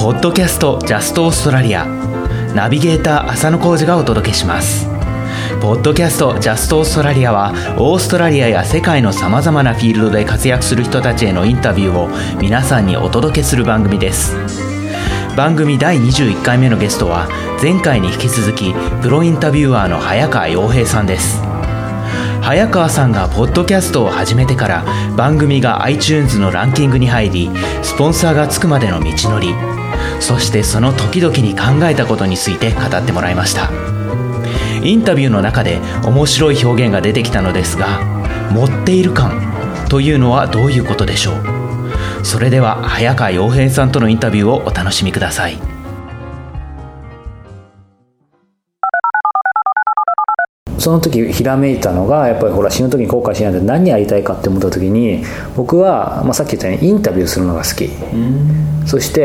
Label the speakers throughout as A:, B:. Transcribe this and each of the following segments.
A: ポッドキャストジャストオーストラリア、ナビゲーター浅野浩二がお届けします。ポッドキャストジャストオーストラリアは、オーストラリアや世界のさまざまなフィールドで活躍する人たちへのインタビューを皆さんにお届けする番組です。番組第21回目のゲストは、前回に引き続きプロインタビュアーの早川洋平さんです。早川さんがポッドキャストを始めてから番組が iTunes のランキングに入り、スポンサーがつくまでの道のり、そしてその時々に考えたことについて語ってもらいました。インタビューの中で面白い表現が出てきたのですが、持っている感というのはどういうことでしょう。それでは早川洋平さんとのインタビューをお楽しみください。
B: その時ひらめいたのが、やっぱりほら死ぬ時に後悔しないで何やりたいかって思った時に、僕は、さっき言ったようにインタビューするのが好き、そして、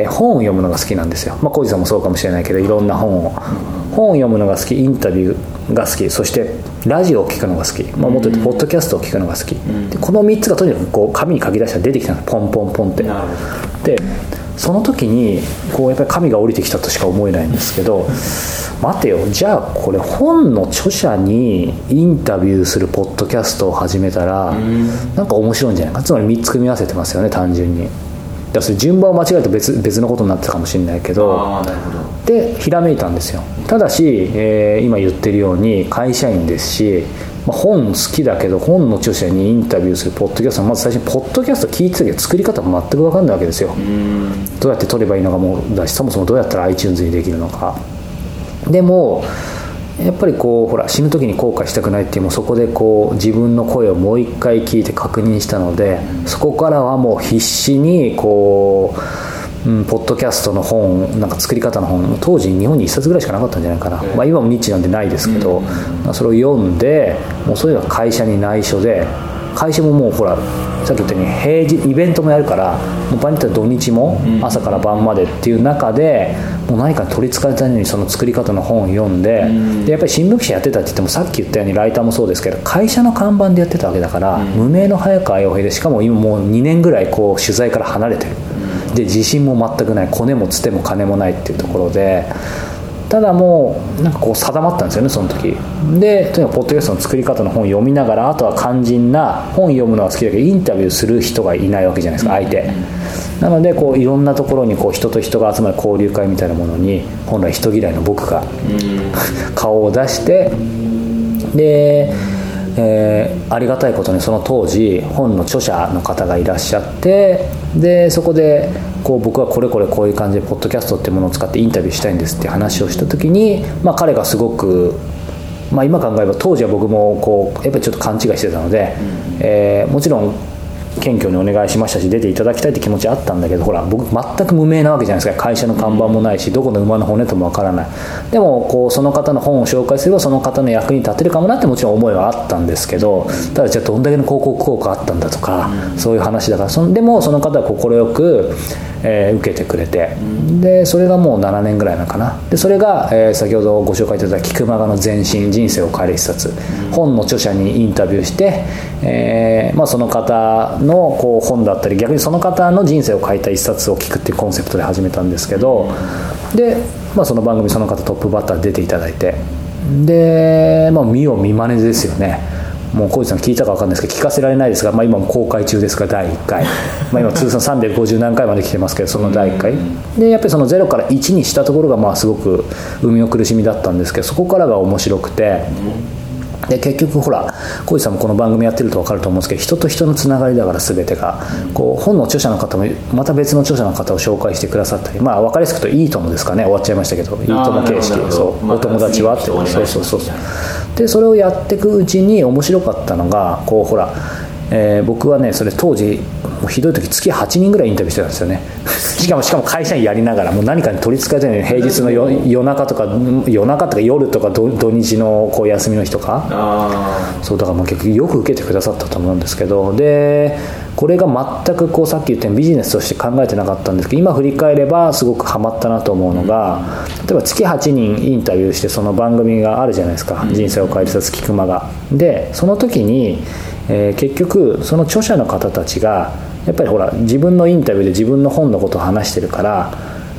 B: 本を読むのが好きなんですよ。浩二さんもそうかもしれないけど、いろんな本を読むのが好き、インタビューが好き、そしてラジオを聞くのが好き、もっと言うとポッドキャストを聞くのが好き、でこの3つがとにかくこう紙に書き出したら出てきたの、ポンポンポンって。でその時にこうやっぱり神が降りてきたとしか思えないんですけど、待てよ、じゃあこれ本の著者にインタビューするポッドキャストを始めたらなんか面白いんじゃないか。つまり3つ組み合わせてますよね、単純に。だから順番を間違えると別のことになってたかもしれないけど、でひらめいたんですよ。ただし、今言ってるように会社員ですし、本好きだけど本の著者にインタビューするポッドキャストは、まず最初にポッドキャスト聞いてたけど作り方も全く分かんないわけですよ。どうやって撮ればいいのかもだし、そもそもどうやったら iTunes にできるのか。でもやっぱりこうほら死ぬ時に後悔したくないっていう、もうそこでこう自分の声をもう一回聞いて確認したので、そこからはもう必死にこう、ポッドキャストの本、なんか作り方の本、当時日本に1冊ぐらいしかなかったんじゃないかな、今もニッチなんでないですけど、それを読んで、もうそれが会社に内緒で、会社ももうほらさっき言ったように平日イベントもやるから、もう場合によっては土日も朝から晩までっていう中で、もう何かに取りつかれたようにその作り方の本を読んで、でやっぱり新聞記者やってたって言っても、さっき言ったようにライターもそうですけど、会社の看板でやってたわけだから、無名の早川洋平で、しかも今もう2年ぐらいこう取材から離れてる、で自信も全くない、コネもつても金もないっていうところで、ただもうなんかこう定まったんですよね、その時で。とにかくポッドキャストの作り方の本を読みながら、あとは肝心な本読むのは好きだけどインタビューする人がいないわけじゃないですか、相手。なのでこういろんなところにこう人と人が集まる交流会みたいなものに、本来人嫌いの僕が顔を出して、でありがたいことにその当時本の著者の方がいらっしゃって、でそこでこう僕はこれこれこういう感じでポッドキャストっていうものを使ってインタビューしたいんですって話をした時に、彼がすごく、今考えれば当時は僕もこうやっぱりちょっと勘違いしてたので、もちろん謙虚にお願いしましたし、出ていただきたいって気持ちあったんだけど、ほら僕全く無名なわけじゃないですか。会社の看板もないし、どこの馬の骨ともわからない。でもこうその方の本を紹介すればその方の役に立てるかもなってもちろん思いはあったんですけど、ただじゃあどんだけの広告効果あったんだとか、そういう話だから、でもその方は快く、受けてくれて、でそれがもう7年ぐらいなのかな。でそれが、先ほどご紹介いただいた菊間がの前身、人生を変える一冊、本の著者にインタビューして、その方のこう本だったり、逆にその方の人生を変えた一冊を聞くっていうコンセプトで始めたんですけど、で、その番組その方トップバッター出ていただいて、で、見よう見まねですよね。もう浩二さん聞いたか分かんないですけど聞かせられないですが、今も公開中ですから第1回今通算350何回まで来てますけど、その第1回でやっぱりその0から1にしたところがすごく生みの苦しみだったんですけど、そこからが面白くて、で結局ほら浩二さんもこの番組やってると分かると思うんですけど、人と人のつながりだから、全てがこう本の著者の方もまた別の著者の方を紹介してくださったり、分かりやすく言うといいともですかね、終わっちゃいましたけど、いいとも形式、そうお友達はって、そうでそれをやっていくうちに面白かったのが、こうほら、僕はねそれ当時ひどい時月8人ぐらいインタビューしてたんですよねしかも会社員やりながら、もう何かに取りつかれてるように、平日の夜中とか夜とか土日のこう休みの日とか、そうだから結局よく受けてくださったと思うんですけど、でこれが全くこうさっき言ったようにビジネスとして考えてなかったんですけど、今振り返ればすごくハマったなと思うのが、例えば月8人インタビューして、その番組があるじゃないですか、人生を変える一冊菊間が。でその時に、結局その著者の方たちがやっぱりほら自分のインタビューで自分の本のことを話してるから、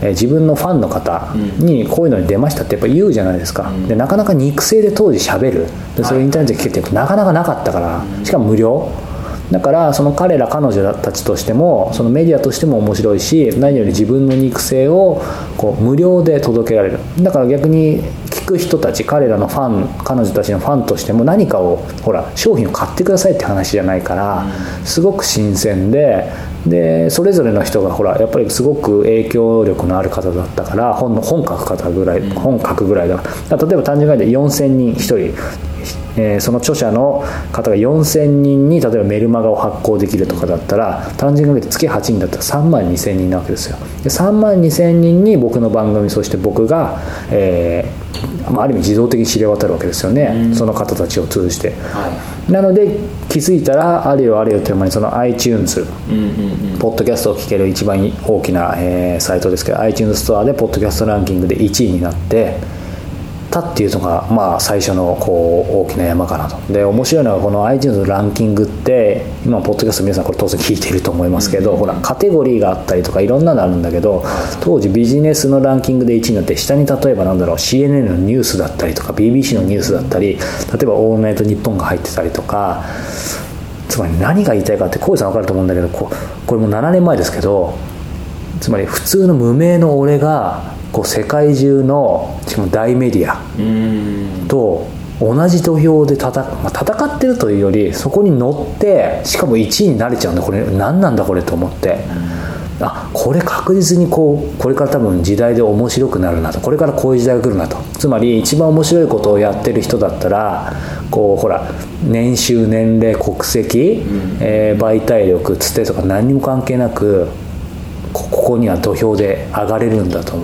B: 自分のファンの方にこういうのに出ましたってやっぱ言うじゃないですか、でなかなか肉声で当時喋るでそれインターネットで聞けてなかなかなかったから、しかも無料だから、その彼ら彼女たちとしてもそのメディアとしても面白いし、何より自分の肉声をこう無料で届けられる。だから逆に聞く人たち、彼らのファン、彼女たちのファンとしても何かをほら商品を買ってくださいって話じゃないから、すごく新鮮でそれぞれの人がほらやっぱりすごく影響力のある方だったから、本書くぐらいだから、例えば単純にで4000人1人、その著者の方が4000人に例えばメルマガを発行できるとかだったら、単純にかけて月8人だったら3万2000人なわけですよ。で3万2000人に僕の番組、そして僕が、ある意味自動的に知れ渡るわけですよね、その方たちを通じて、なので気づいたらあれよという間にその iTunes、ポッドキャストを聞ける一番大きな、サイトですけど iTunes ストアでポッドキャストランキングで1位になってたっていうのが、最初のこう大きな山かなと。で面白いのはこの iTunes のランキングって今ポッドキャスト皆さんこれ当然聞いていると思いますけど、ほらカテゴリーがあったりとかいろんなのあるんだけど、当時ビジネスのランキングで1位になって下に例えばCNN のニュースだったりとか BBC のニュースだったり、例えばオールナイトニッポンが入ってたりとか、つまり何が言いたいかって小路さん分かると思うんだけど、これも7年前ですけど、つまり普通の無名の俺がこう世界中のしかも大メディアと同じ土俵で戦ってるというより、そこに乗ってしかも1位になれちゃうんだ。これ何なんだこれと思って、これ確実にこれから多分時代で面白くなるなと、これからこういう時代が来るなと。つまり一番面白いことをやってる人だったらこうほら年収年齢国籍、媒体力つてとか何にも関係なくここには土俵で上がれるんだと思って、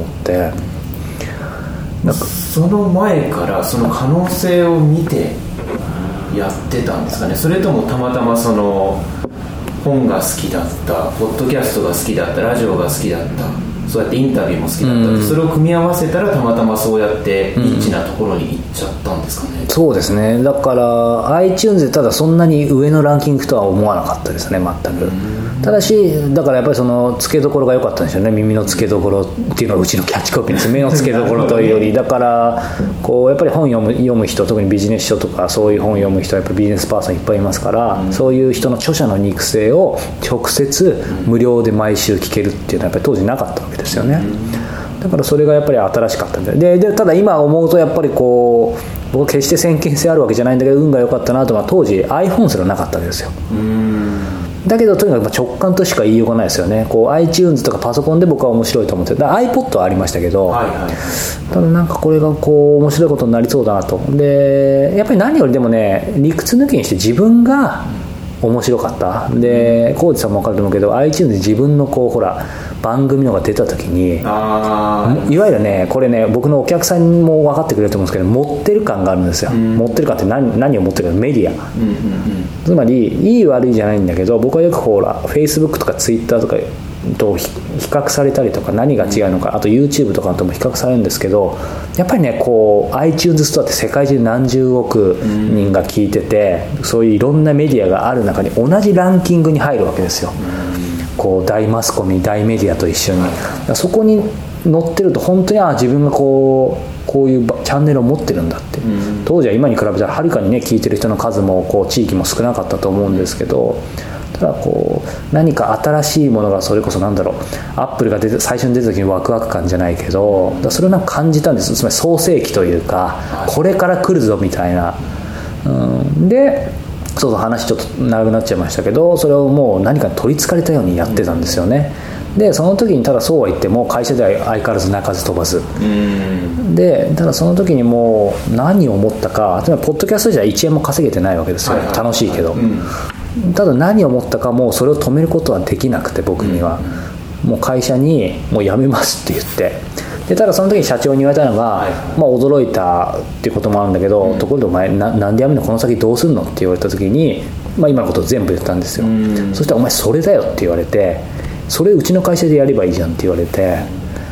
A: その前からその可能性を見てやってたんですかね。それともたまたまその本が好きだった、ポッドキャストが好きだった、ラジオが好きだった、そうやってインタビューも好きだった、それを組み合わせたらたまたまそうやってニッチなところに行っちゃったんですかね。
B: そうですね。だから iTunes でただそんなに上のランキングとは思わなかったですね、全く。ただしだからやっぱりその付けどころが良かったんですよね。耳の付けどころっていうのがうちのキャッチコピーです。目の付けどころというよりだからこうやっぱり本読む人、特にビジネス書とかそういう本読む人はやっぱりビジネスパーソンいっぱいいますから、そういう人の著者の肉声を直接無料で毎週聞けるっていうのはやっぱり当時なかったわけですよね。だからそれがやっぱり新しかったんで、ただ今思うとやっぱりこう僕は決して先見性あるわけじゃないんだけど運が良かったなとは、当時 iPhone すらなかったわけですよ。だけどとにかく直感としか言いようがないですよね。こう iTunes とかパソコンで僕は面白いと思って、iPod はありましたけど、ただなんかこれがこう面白いことになりそうだなと。でやっぱり何よりでもね、理屈抜きにして自分が面白かったで、浩二さんも分かると思うけど iTunes で自分のこうほら番組のが出た時に、いわゆるねこれね僕のお客さんも分かってくれると思うんですけど、持ってる感があるんですよ。持ってる感って何を持ってるか、メディア、つまりいい悪いじゃないんだけど、僕はよくほら Facebook とか Twitter とかと比較されたりとか、何が違うのか、あと YouTube とかとも比較されるんですけど、やっぱりねこう iTunes ストアって世界中何十億人が聞いてて、そういういろんなメディアがある中に同じランキングに入るわけですよ。こう大マスコミ大メディアと一緒に、そこに載ってると本当に自分がこういうチャンネルを持ってるんだって、当時は今に比べたらはるかにね聞いてる人の数もこう地域も少なかったと思うんですけど、ただこう何か新しいものが、それこそアップルが最初に出た時にワクワク感じゃないけど、それをなんか感じたんです。つまり創世記というか、これから来るぞみたいな、でそう話ちょっと長くなっちゃいましたけど、それをもう何かに取りつかれたようにやってたんですよね。でその時にただそうは言っても会社では相変わらず鳴かず飛ばずで、ただその時にもう何を思ったか、例えばポッドキャストじゃ1円も稼げてないわけですよ、楽しいけど、ただ何を思ったか、もうそれを止めることはできなくて、僕にはもう会社にもう辞めますって言って、でただその時に社長に言われたのが、驚いたっていうこともあるんだけど、ところでお前なんで辞めるの、この先どうするのって言われた時に、今のことを全部言ったんですよ。そしたらお前それだよって言われて、それうちの会社でやればいいじゃんって言われて、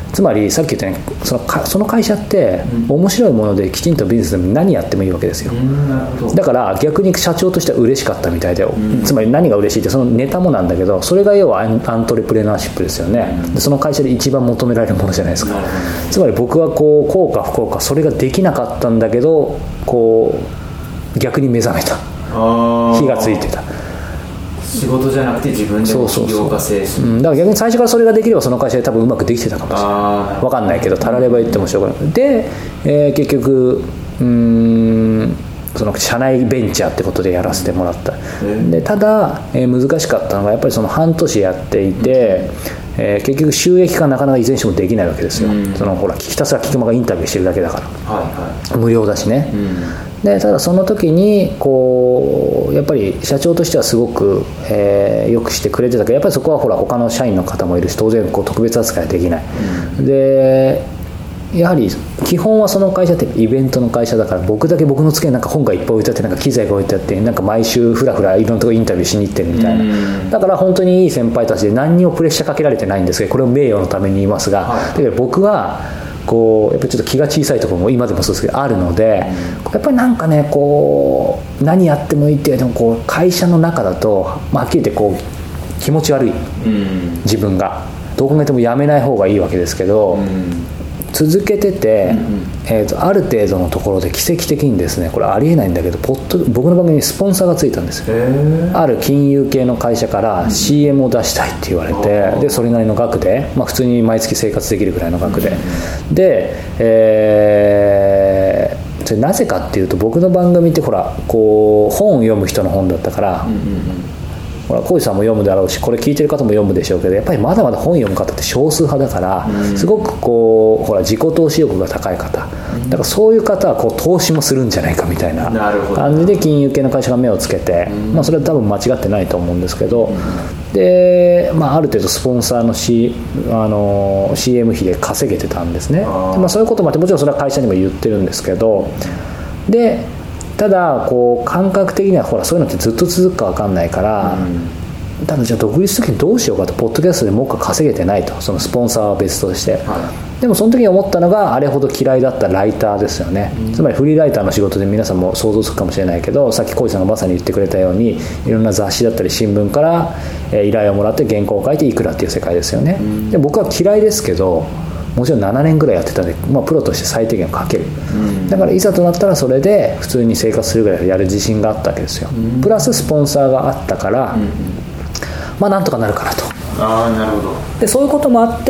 B: つまりさっき言ったようにその会社って面白いものできちんとビジネスでも何やってもいいわけですよ。だから逆に社長としては嬉しかったみたいで、つまり何が嬉しいってそのネタもなんだけど、それが要はアントレプレナーシップですよね。でその会社で一番求められるものじゃないですか。つまり僕はこうか不幸かそれができなかったんだけど、こう逆に目覚めた、火がついてた。
A: 仕事じゃなくて自分でも起業家精神。
B: だから逆に最初からそれができればその会社で多分うまくできてたかもしれない。分かんないけど、たられば言ってもしょうがない。で、結局その社内ベンチャーってことでやらせてもらった。でただ、難しかったのがやっぱりその半年やっていて、結局収益化なかなかいずれにしてもできないわけですよ。そのほらひたすら聞く間がインタビューしてるだけだから、無料だしね。でただその時にこうやっぱり社長としてはすごく、よくしてくれてたけど、やっぱりそこはほら他の社員の方もいるし当然こう特別扱いはできない。でやはり基本はその会社ってイベントの会社だから、僕だけ僕の机になんか本がいっぱい置いてあって、なんか機材が置いてあって、なんか毎週フラフラいろんなところインタビューしに行ってるみたいな。だから本当にいい先輩たちで何にもプレッシャーかけられてないんですけど、これを名誉のために言いますが、だけど僕はこうやっぱりちょっと気が小さいところも今でもそうですけどあるので、やっぱりなんかねこう何やってもいいっていうでもこう会社の中だと、はっきり言ってこう気持ち悪い、自分がどう考えてもやめない方がいいわけですけど、続けてて、ある程度のところで奇跡的にですね、これありえないんだけど僕の番組にスポンサーがついたんですよ。ある金融系の会社から CM を出したいって言われて、でそれなりの額で、普通に毎月生活できるぐらいの額で、それなぜかっていうと、僕の番組ってほらこう本を読む人の本だったから、ほら浩司さんも読むだろうし、これ聞いてる方も読むでしょうけど、やっぱりまだまだ本読む方って少数派だから、すごくこうほら自己投資欲が高い方だから、そういう方はこう投資もするんじゃないかみたいな感じで金融系の会社が目をつけて、それは多分間違ってないと思うんですけど、で、ある程度スポンサーの、CM 費で稼げてたんですね。でそういうこともあって、もちろんそれは会社にも言ってるんですけど、でただこう感覚的にはほらそういうのってずっと続くか分かんないから、ただじゃあ独立する時にどうしようかと、ポッドキャストでもう一回稼げてないと、そのスポンサーは別として、でもその時に思ったのが、あれほど嫌いだったライターですよね。つまりフリーライターの仕事で皆さんも想像するかもしれないけど、さっき浩司さんがまさに言ってくれたように、いろんな雑誌だったり新聞から依頼をもらって原稿を書いていくらっていう世界ですよね。で僕は嫌いですけど、もちろん7年ぐらいやってたんで、プロとして最低限書ける、だからいざとなったらそれで普通に生活するぐらいやる自信があったわけですよ。プラススポンサーがあったから、なんとかなるかなと。
A: なるほど。
B: でそういうこともあって、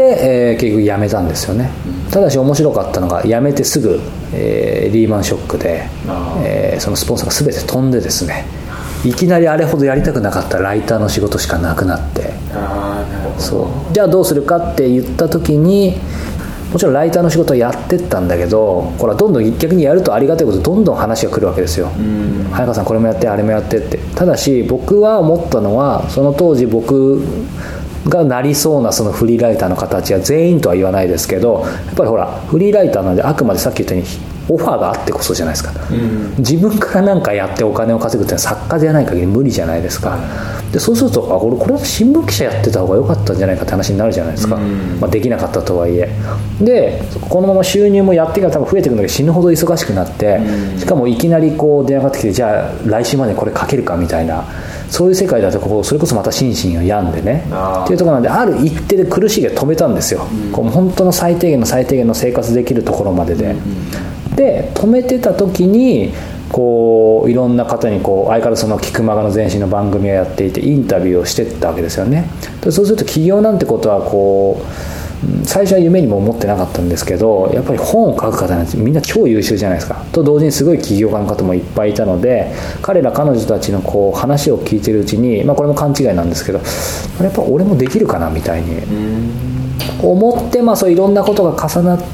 B: 結局辞めたんですよね。ただし面白かったのが、辞めてすぐ、リーマンショックで、そのスポンサーが全て飛んでですね、いきなりあれほどやりたくなかったライターの仕事しかなくなって、そうじゃあどうするかって言った時に、もちろんライターの仕事はやってったんだけど、これはどんどん逆にやるとありがたいことどんどん話が来るわけですよ。早川さんこれもやってあれもやってって。ただし僕は思ったのは、その当時僕がなりそうなそのフリーライターの形は全員とは言わないですけど、やっぱりほらフリーライターなんで、あくまでさっき言ったようにオファーがあってこそじゃないですか。自分から何かやってお金を稼ぐっていうのは作家ではない限り無理じゃないですか。でそうすると、これは新聞記者やってた方が良かったんじゃないかって話になるじゃないですか。できなかったとはいえ。でこのまま収入もやってから多分増えていくんだけど、死ぬほど忙しくなって、しかもいきなりこう電話がかかってきて、じゃあ来週までこれ書けるかみたいな、そういう世界だとそれこそまた心身を病んでねっていうところなんで、ある一定で苦しいが止めたんですよ。こう本当の最低限の最低限の生活できるところまでで、で止めてた時にこういろんな方にこう相変わらずその菊間がの前身の番組をやっていてインタビューをしてったわけですよね。でそうすると起業なんてことはこう最初は夢にも思ってなかったんですけど、やっぱり本を書く方なんてみんな超優秀じゃないですか。と同時にすごい起業家の方もいっぱいいたので、彼女たちのこう話を聞いてるうちに、これも勘違いなんですけど、やっぱ俺もできるかなみたいに思って、そういろんなことが重なって、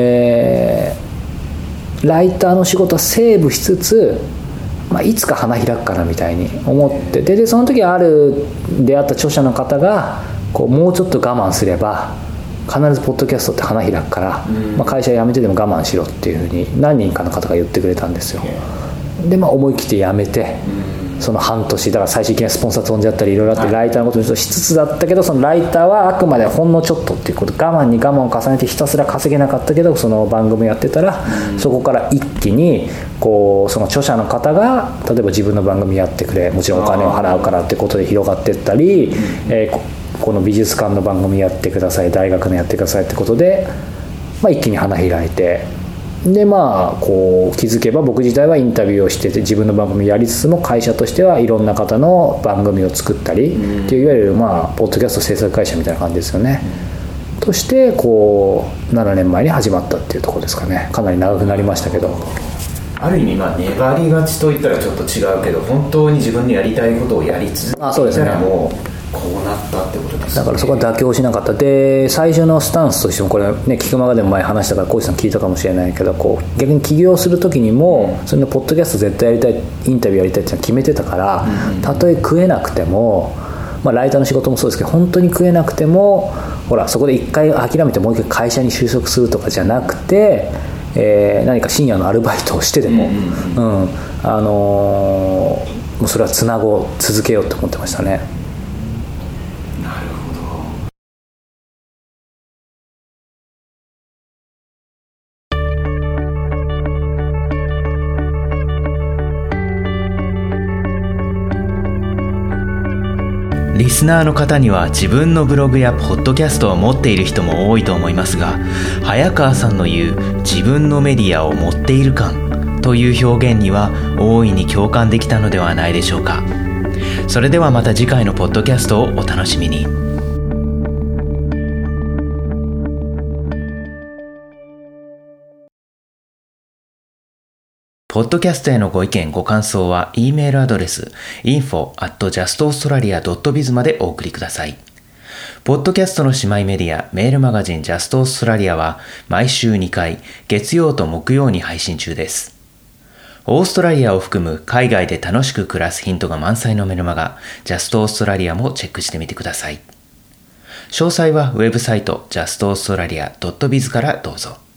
B: ライターの仕事はセーブしつつ、いつか花開くかなみたいに思ってて、でその時ある出会った著者の方がこうもうちょっと我慢すれば必ずポッドキャストって花開くから、会社辞めてでも我慢しろっていうふうに何人かの方が言ってくれたんですよ。で思い切って辞めて、 その半年だから最終的にはスポンサー飛んじゃったりいろいろあって、ライターのことにしつつだったけど、そのライターはあくまでほんのちょっとっていうこと、我慢に我慢を重ねてひたすら稼げなかったけど、その番組やってたら、そこから一気にこうその著者の方が例えば自分の番組やってくれ、もちろんお金を払うからってことで広がっていったり、この美術館の番組やってください、大学のやってくださいってことで、一気に花開いて、でこう気づけば僕自体はインタビューをしてて自分の番組やりつつも、会社としてはいろんな方の番組を作ったりっていう、いわゆるポッドキャスト制作会社みたいな感じですよね、としてこう7年前に始まったっていうところですかね。かなり長くなりましたけど、
A: ある意味粘りがちといったらちょっと違うけど、本当に自分のやりたいことをやり続けたらもうこうなったってことですね。
B: だからそこは妥協しなかった。で最初のスタンスとしても、これね聞くまでも前話したから浩司さん聞いたかもしれないけど、逆に起業する時にもそれのポッドキャスト絶対やりたい、インタビューやりたいっていうのは決めてたから、たとえ食えなくても、ライターの仕事もそうですけど、本当に食えなくてもほらそこで一回諦めてもう一回会社に就職するとかじゃなくて、何か深夜のアルバイトをしてでも、もうそれは続けようと思ってましたね。
A: なるほど。リスナーの方には自分のブログやポッドキャストを持っている人も多いと思いますが、早川さんの言う自分のメディアを持っている感という表現には大いに共感できたのではないでしょうか。それではまた次回のポッドキャストをお楽しみに。ポッドキャストへのご意見ご感想は E メールアドレス info@justaustralia.biz までお送りください。ポッドキャストの姉妹メディアメールマガジン Just Australia は毎週2回月曜と木曜に配信中です。オーストラリアを含む海外で楽しく暮らすヒントが満載のメルマガ Just Australia もチェックしてみてください。詳細はウェブサイト justaustralia.biz からどうぞ。